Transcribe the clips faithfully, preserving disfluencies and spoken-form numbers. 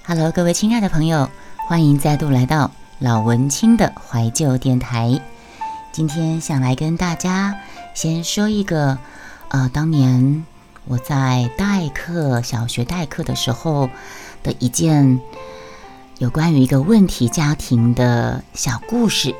Hello， 各位亲爱的朋友，欢迎再度来到老文青的怀旧电台。今天想来跟大家先说一个，呃，当年我在代课小学代课的时候的一件有关于一个问题家庭的小故事。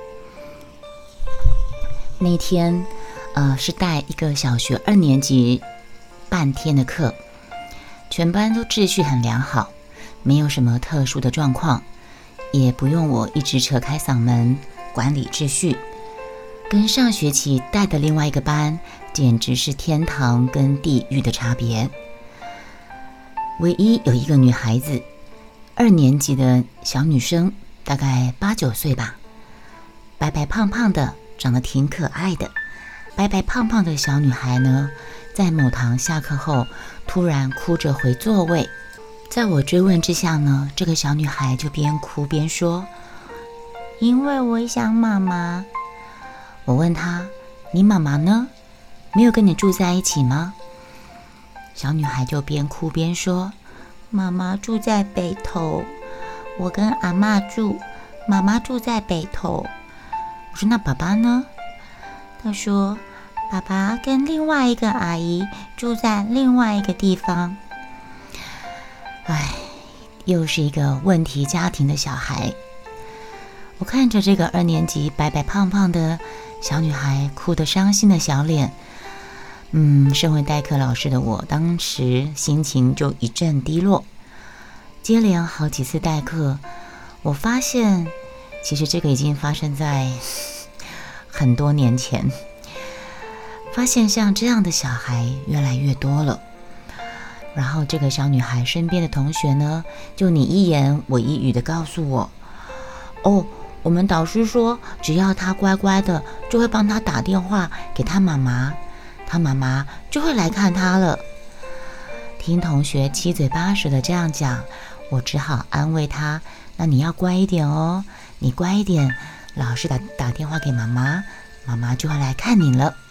那天，呃，是带一个小学二年级半天的课，全班都秩序很良好。没有什么特殊的状况，也不用我一直扯开嗓门管理秩序。跟上学期带的另外一个班简直是天堂跟地狱的差别。唯一有一个女孩子，二年级的小女生，大概八九岁吧，白白胖胖的，长得挺可爱的。白白胖胖的小女孩呢，在某堂下课后突然哭着回座位。在我追问之下呢，这个小女孩就边哭边说：“因为我想妈妈。”我问她：“你妈妈呢？没有跟你住在一起吗？”小女孩就边哭边说：“妈妈住在北头，我跟阿嬷住，妈妈住在北头。”我说：“那爸爸呢？”她说：“爸爸跟另外一个阿姨住在另外一个地方。”唉，又是一个问题家庭的小孩。我看着这个二年级白白胖胖的小女孩哭得伤心的小脸，嗯，身为代课老师的我，当时心情就一阵低落。接连好几次代课，我发现其实这个已经发生在很多年前，发现像这样的小孩越来越多了。然后这个小女孩身边的同学呢，就你一言我一语的告诉我：“哦，我们导师说，只要她乖乖的，就会帮她打电话给她妈妈，她妈妈就会来看她了。”听同学七嘴八舌的这样讲，我只好安慰她：“那你要乖一点哦，你乖一点，老师打打电话给妈妈，妈妈就会来看你了。”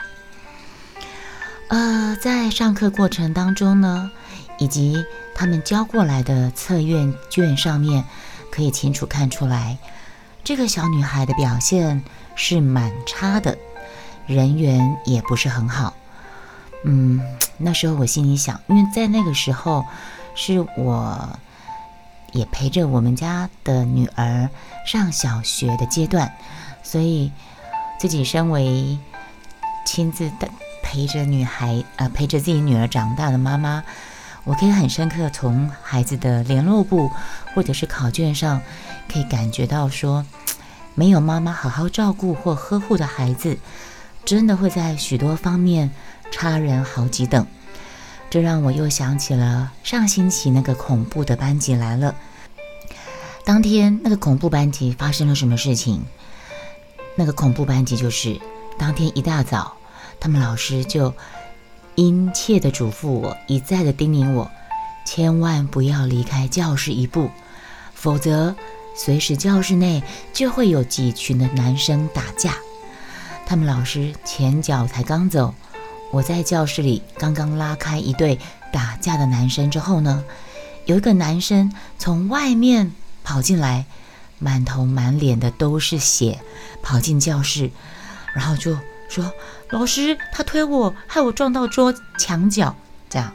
呃，在上课过程当中呢，以及他们交过来的测验卷上面，可以清楚看出来，这个小女孩的表现是蛮差的，人缘也不是很好。嗯，那时候我心里想，因为在那个时候是我也陪着我们家的女儿上小学的阶段，所以自己身为亲自的陪着女孩，呃，陪着自己女儿长大的妈妈，我可以很深刻从孩子的联络簿或者是考卷上，可以感觉到说，没有妈妈好好照顾或呵护的孩子，真的会在许多方面差人好几等。这让我又想起了上星期那个恐怖的班级来了。当天那个恐怖班级发生了什么事情？那个恐怖班级就是当天一大早，他们老师就殷切地嘱咐我，一再地叮咛我，千万不要离开教室一步，否则随时教室内就会有几群的男生打架。他们老师前脚才刚走，我在教室里刚刚拉开一对打架的男生之后呢，有一个男生从外面跑进来，满头满脸的都是血，跑进教室，然后就说：“老师，他推我，害我撞到桌墙角。”这样，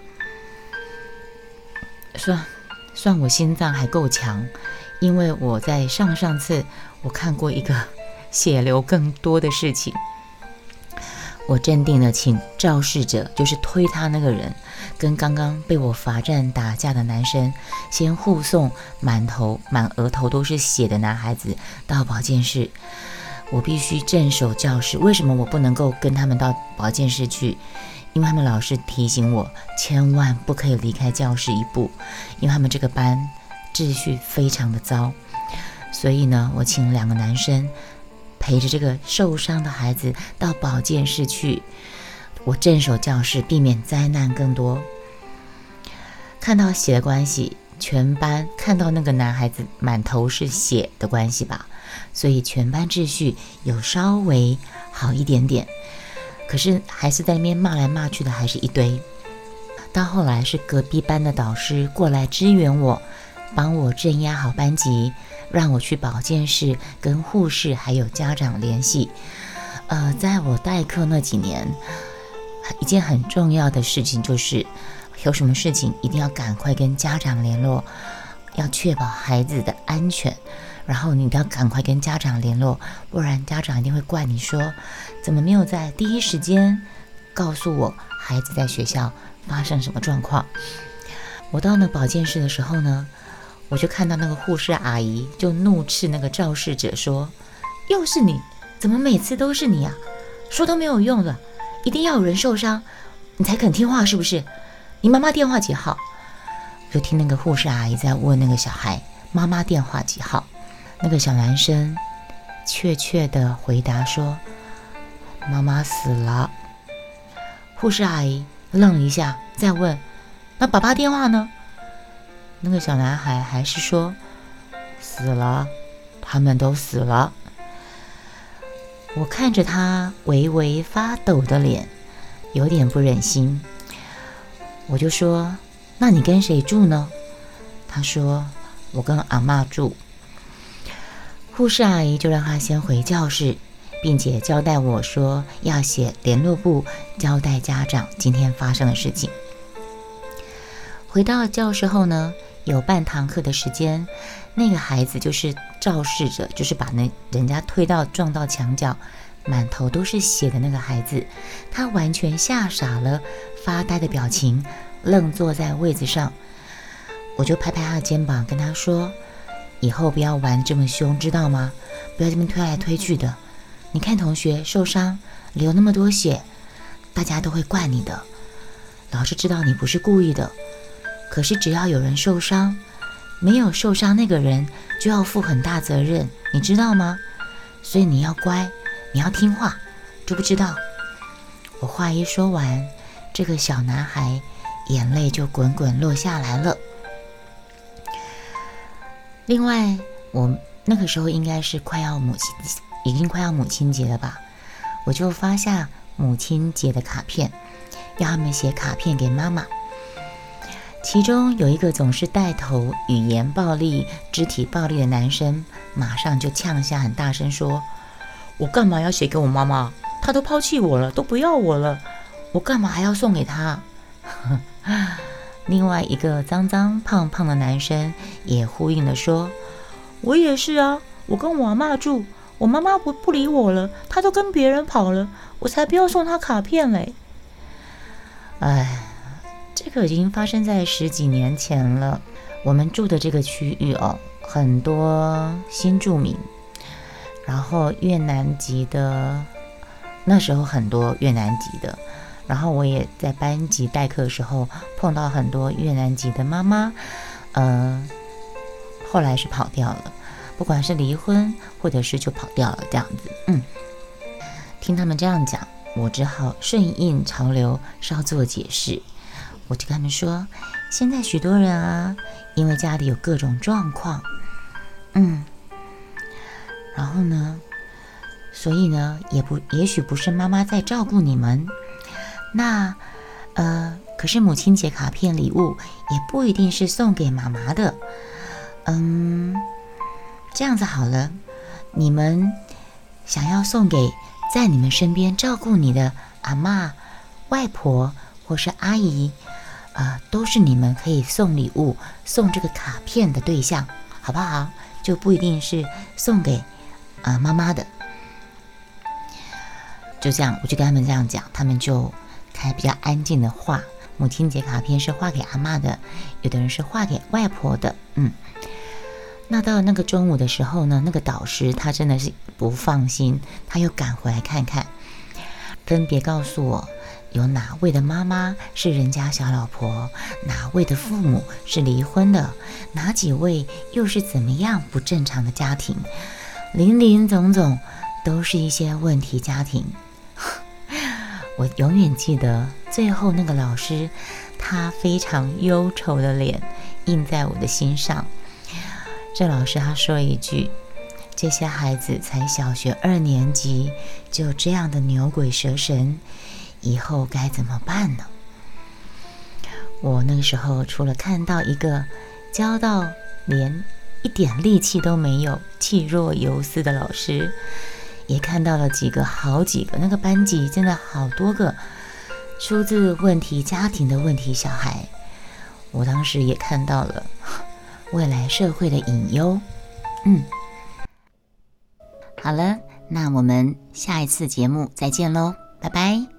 算算我心脏还够强，因为我在上上次我看过一个血流更多的事情。我镇定的请肇事者，就是推他那个人，跟刚刚被我罚站打架的男生，先护送满头满额头都是血的男孩子到保健室。我必须镇守教室，为什么我不能够跟他们到保健室去？因为他们老师提醒我，千万不可以离开教室一步，因为他们这个班秩序非常的糟。所以呢，我请两个男生陪着这个受伤的孩子到保健室去，我镇守教室，避免灾难更多。看到血的关系，全班看到那个男孩子满头是血的关系吧，所以全班秩序有稍微好一点点，可是还是在那边骂来骂去的还是一堆。到后来是隔壁班的导师过来支援我， 帮我镇压好班级，让我去保健室跟护士还有家长联系。呃，在我代课那几年，一件很重要的事情就是有什么事情一定要赶快跟家长联络，要确保孩子的安全，然后你一定要赶快跟家长联络，不然家长一定会怪你说怎么没有在第一时间告诉我孩子在学校发生什么状况。我到那保健室的时候呢，我就看到那个护士阿姨就怒斥那个肇事者说，又是你，怎么每次都是你啊？说都没有用的，一定要有人受伤你才肯听话是不是？你妈妈电话几号？就听那个护士阿姨在问那个小孩妈妈电话几号。那个小男生确切的回答说，妈妈死了。护士阿姨愣了一下，再问，那爸爸电话呢？那个小男孩还是说，死了，他们都死了。我看着他微微发抖的脸，有点不忍心，我就说，那你跟谁住呢？他说，我跟阿嬷住。护士阿姨就让他先回教室，并且交代我说要写联络簿交代家长今天发生的事情。回到教室后呢，有半堂课的时间，那个孩子就是肇事者，就是把那人家推到撞到墙角满头都是血的那个孩子，他完全吓傻了，发呆的表情，愣坐在位子上。我就拍拍他的肩膀跟他说，以后不要玩这么凶知道吗？不要这么推来推去的，你看同学受伤流那么多血，大家都会怪你的，老师知道你不是故意的，可是只要有人受伤，没有受伤那个人就要负很大责任，你知道吗？所以你要乖，你要听话，知不知道？我话一说完，这个小男孩眼泪就滚滚落下来了。另外，我那个时候应该是快要母亲，已经快要母亲节了吧，我就发下母亲节的卡片，要他们写卡片给妈妈。其中有一个总是带头语言暴力、肢体暴力的男生，马上就呛下，很大声说，我干嘛要写给我妈妈？她都抛弃我了，都不要我了，我干嘛还要送给她？另外一个脏脏胖胖的男生也呼应了说，我也是啊，我跟我阿嬷住，我妈妈不不理我了，她都跟别人跑了，我才不要送她卡片嘞。哎，这个已经发生在十几年前了。我们住的这个区域哦，很多新住民，然后越南籍的，那时候很多越南籍的，然后我也在班级代课的时候碰到很多越南籍的妈妈，呃，后来是跑掉了，不管是离婚或者是就跑掉了这样子。嗯，听他们这样讲，我只好顺应潮流，稍作解释。我就跟他们说，现在许多人啊，因为家里有各种状况，嗯，然后呢，所以呢，也不，也许不是妈妈在照顾你们，那，呃，可是母亲节卡片礼物也不一定是送给妈妈的，嗯，这样子好了，你们想要送给在你们身边照顾你的阿嬷、外婆或是阿姨，呃，都是你们可以送礼物、送这个卡片的对象，好不好？就不一定是送给啊、呃、妈妈的。就这样，我就跟他们这样讲，他们就开比较安静的画。母亲节卡片是画给阿嬷的，有的人是画给外婆的，嗯。那到那个中午的时候呢，那个导师他真的是不放心，他又赶回来看看，分别告诉我有哪位的妈妈是人家小老婆，哪位的父母是离婚的，哪几位又是怎么样不正常的家庭，林林总总都是一些问题家庭。我永远记得最后那个老师，他非常忧愁的脸印在我的心上。这老师他说一句，这些孩子才小学二年级，就这样的牛鬼蛇神，以后该怎么办呢？我那个时候除了看到一个交到连一点力气都没有，气若游丝的老师，也看到了几个好几个，那个班级真的好多个出自问题家庭的问题小孩，我当时也看到了未来社会的隐忧。嗯，好了，那我们下一次节目再见喽，拜拜。